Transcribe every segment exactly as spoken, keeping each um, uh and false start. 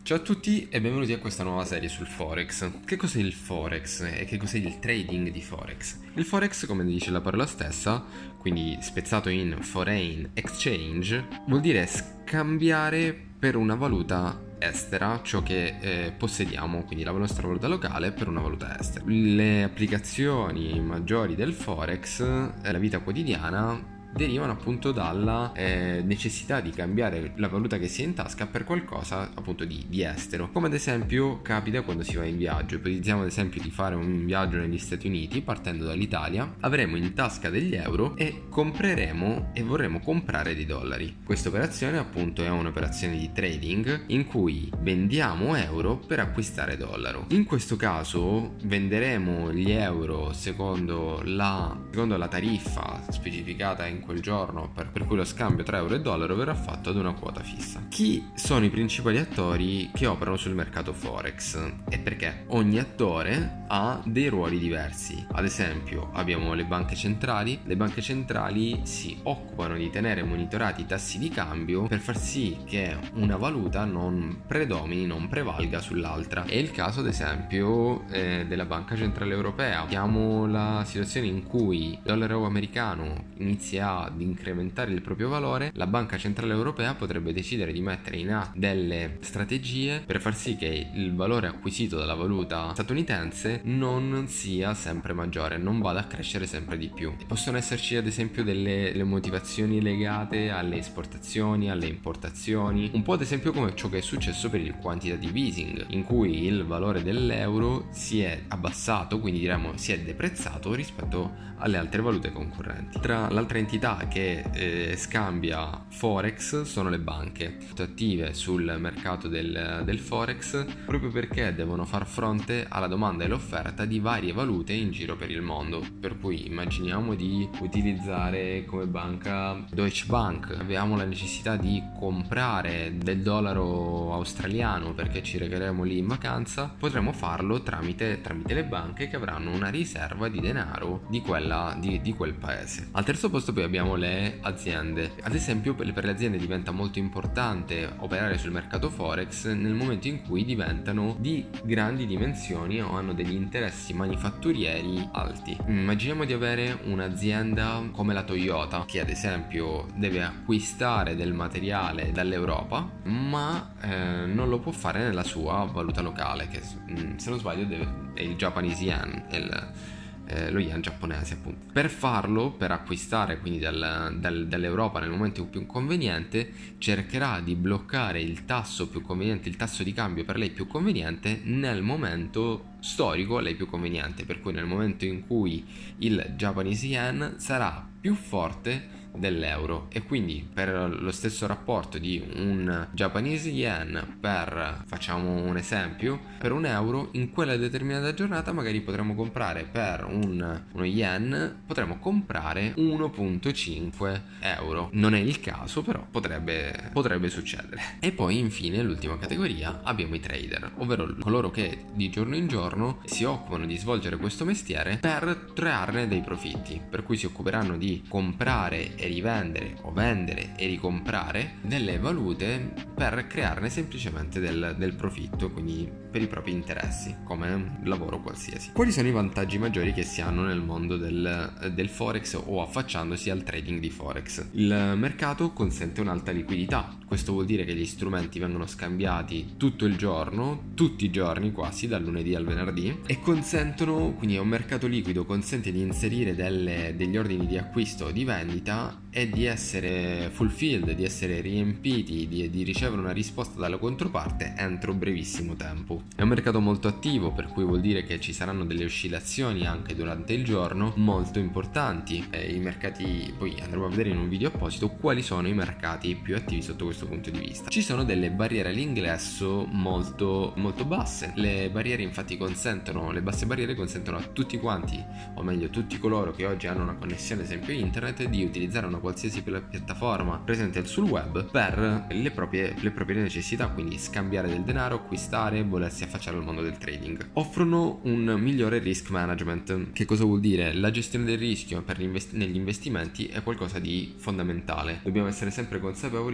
Ciao a tutti e benvenuti a questa nuova serie sul Forex. Che cos'è il Forex e che cos'è il trading di Forex? Il Forex, come dice la parola stessa, quindi spezzato in foreign exchange, vuol dire scambiare per una valuta estera ciò che eh, possediamo, quindi la nostra valuta locale per una valuta estera. Le applicazioni maggiori del Forex, eh, la vita quotidiana, derivano appunto dalla eh, necessità di cambiare la valuta che si ha in tasca per qualcosa appunto di, di estero, come ad esempio capita quando si va in viaggio. Ipotizziamo ad esempio di fare un viaggio negli Stati Uniti partendo dall'Italia, avremo in tasca degli euro e compreremo e vorremmo comprare dei dollari. Questa operazione appunto è un'operazione di trading in cui vendiamo euro per acquistare dollaro. In questo caso venderemo gli euro secondo la, secondo la tariffa specificata in quel giorno, per, per cui lo scambio tra euro e dollaro verrà fatto ad una quota fissa. Chi sono i principali attori che operano sul mercato Forex? E perché ogni attore ha dei ruoli diversi. Ad esempio abbiamo le banche centrali. Le banche centrali si occupano di tenere monitorati i tassi di cambio per far sì che una valuta non predomini, non prevalga sull'altra. È il caso ad esempio eh, della Banca Centrale Europea. Abbiamo la situazione in cui il dollaro americano inizia ad incrementare il proprio valore. La Banca Centrale Europea potrebbe decidere di mettere in atto delle strategie per far sì che il valore acquisito dalla valuta statunitense non sia sempre maggiore, non vada a crescere sempre di più. Possono esserci ad esempio delle, delle motivazioni legate alle esportazioni, alle importazioni, un po' ad esempio come ciò che è successo per il quantitative easing, in cui il valore dell'euro si è abbassato, quindi diremmo si è deprezzato rispetto alle altre valute concorrenti. Tra l'altra entità che eh, scambia Forex sono le banche, attive sul mercato del, del Forex, proprio perché devono far fronte alla domanda e l'offerta di varie valute in giro per il mondo. Per cui immaginiamo di utilizzare come banca Deutsche Bank, abbiamo la necessità di comprare del dollaro australiano perché ci recheremo lì in vacanza, potremo farlo tramite, tramite le banche che avranno una riserva di denaro di, quella, di, di quel paese. Al terzo posto poi abbiamo le aziende. Ad esempio per le, per le aziende diventa molto importante operare sul mercato Forex nel momento in cui diventano di grandi dimensioni o hanno degli interessi manifatturieri alti. Immaginiamo di avere un'azienda come la Toyota che ad esempio deve acquistare del materiale dall'Europa ma eh, non lo può fare nella sua valuta locale, che se non sbaglio deve, è il Japanese Yen, è il Eh, lo yen giapponese appunto. Per farlo, per acquistare quindi dal, dal, dall'Europa nel momento più conveniente, cercherà di bloccare il tasso più conveniente, il tasso di cambio per lei più conveniente nel momento storico a lei più conveniente, per cui nel momento in cui il Japanese yen sarà più forte dell'euro, e quindi per lo stesso rapporto di un Japanese yen per, facciamo un esempio, per un euro in quella determinata giornata magari potremo comprare per un, uno yen potremo comprare uno virgola cinque euro. Non è il caso, però potrebbe, potrebbe succedere. E poi infine l'ultima categoria abbiamo i trader, ovvero coloro che di giorno in giorno si occupano di svolgere questo mestiere per trarne dei profitti, per cui si occuperanno di comprare e rivendere o vendere e ricomprare delle valute per crearne semplicemente del, del profitto, quindi per i propri interessi, come un lavoro qualsiasi. Quali sono i vantaggi maggiori che si hanno nel mondo del, del Forex o affacciandosi al trading di Forex? Il mercato consente un'alta liquidità. Questo vuol dire che gli strumenti vengono scambiati tutto il giorno, tutti i giorni quasi, dal lunedì al venerdì, e consentono, quindi è un mercato liquido, consente di inserire delle, degli ordini di acquisto o di vendita e di essere fulfilled, di essere riempiti, di, di ricevere una risposta dalla controparte entro brevissimo tempo. È un mercato molto attivo, per cui vuol dire che ci saranno delle oscillazioni anche durante il giorno molto importanti. E i mercati, poi andremo a vedere in un video apposito quali sono i mercati più attivi sotto questo punto di vista. Ci sono delle barriere all'ingresso molto molto basse. Le barriere infatti consentono, le basse barriere consentono a tutti quanti, o meglio tutti coloro che oggi hanno una connessione ad esempio internet, di utilizzare una qualsiasi piattaforma presente sul web per le proprie, le proprie necessità, quindi scambiare del denaro, acquistare, volersi affacciare al mondo del trading. Offrono un migliore risk management. Che cosa vuol dire? La gestione del rischio per invest- negli investimenti è qualcosa di fondamentale. Dobbiamo essere sempre consapevoli di quanto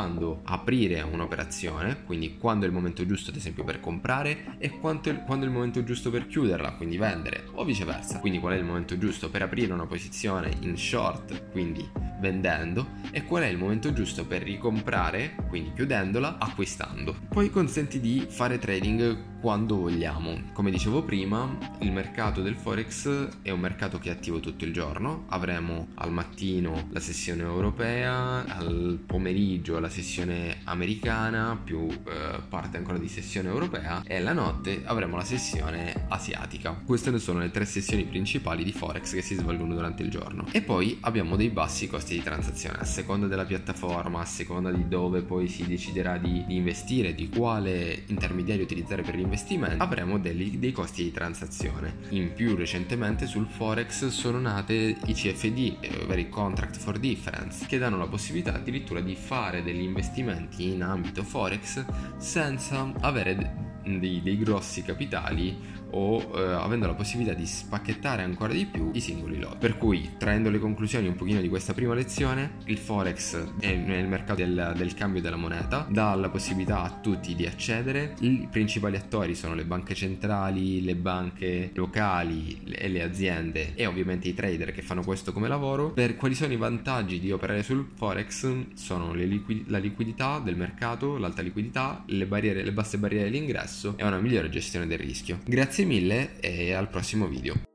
quando aprire un'operazione, quindi quando è il momento giusto ad esempio per comprare e quanto è, quando è il momento giusto per chiuderla, quindi vendere, o viceversa. Quindi qual è il momento giusto per aprire una posizione in short, quindi vendendo, e qual è il momento giusto per ricomprare, quindi chiudendola, acquistando. Poi consente di fare trading quando vogliamo. Come dicevo prima, il mercato del Forex è un mercato che è attivo tutto il giorno. Avremo al mattino la sessione europea, al pomeriggio la sessione americana, più eh, parte ancora di sessione europea, e la notte avremo la sessione asiatica. Queste sono le tre sessioni principali di Forex che si svolgono durante il giorno. E poi abbiamo dei bassi costi di transazione a seconda della piattaforma, a seconda di dove poi si deciderà di, di investire, di quale intermediario utilizzare per l'investimento, avremo dei, dei costi di transazione. In più recentemente sul Forex sono nate i C F D, ovvero i Contract for Difference, che danno la possibilità addirittura di fare degli investimenti in ambito Forex senza avere dei, dei grossi capitali o eh, avendo la possibilità di spacchettare ancora di più i singoli lot. Per cui, traendo le conclusioni un pochino di questa prima lezione, il Forex è il mercato del, del cambio della moneta, dà la possibilità a tutti di accedere. I principali attori sono le banche centrali, le banche locali e le aziende, e ovviamente i trader che fanno questo come lavoro. Per quali sono i vantaggi di operare sul Forex? Sono le liquid- la liquidità del mercato, l'alta liquidità, le barriere, le basse barriere all'ingresso e una migliore gestione del rischio. Grazie mille e al prossimo video.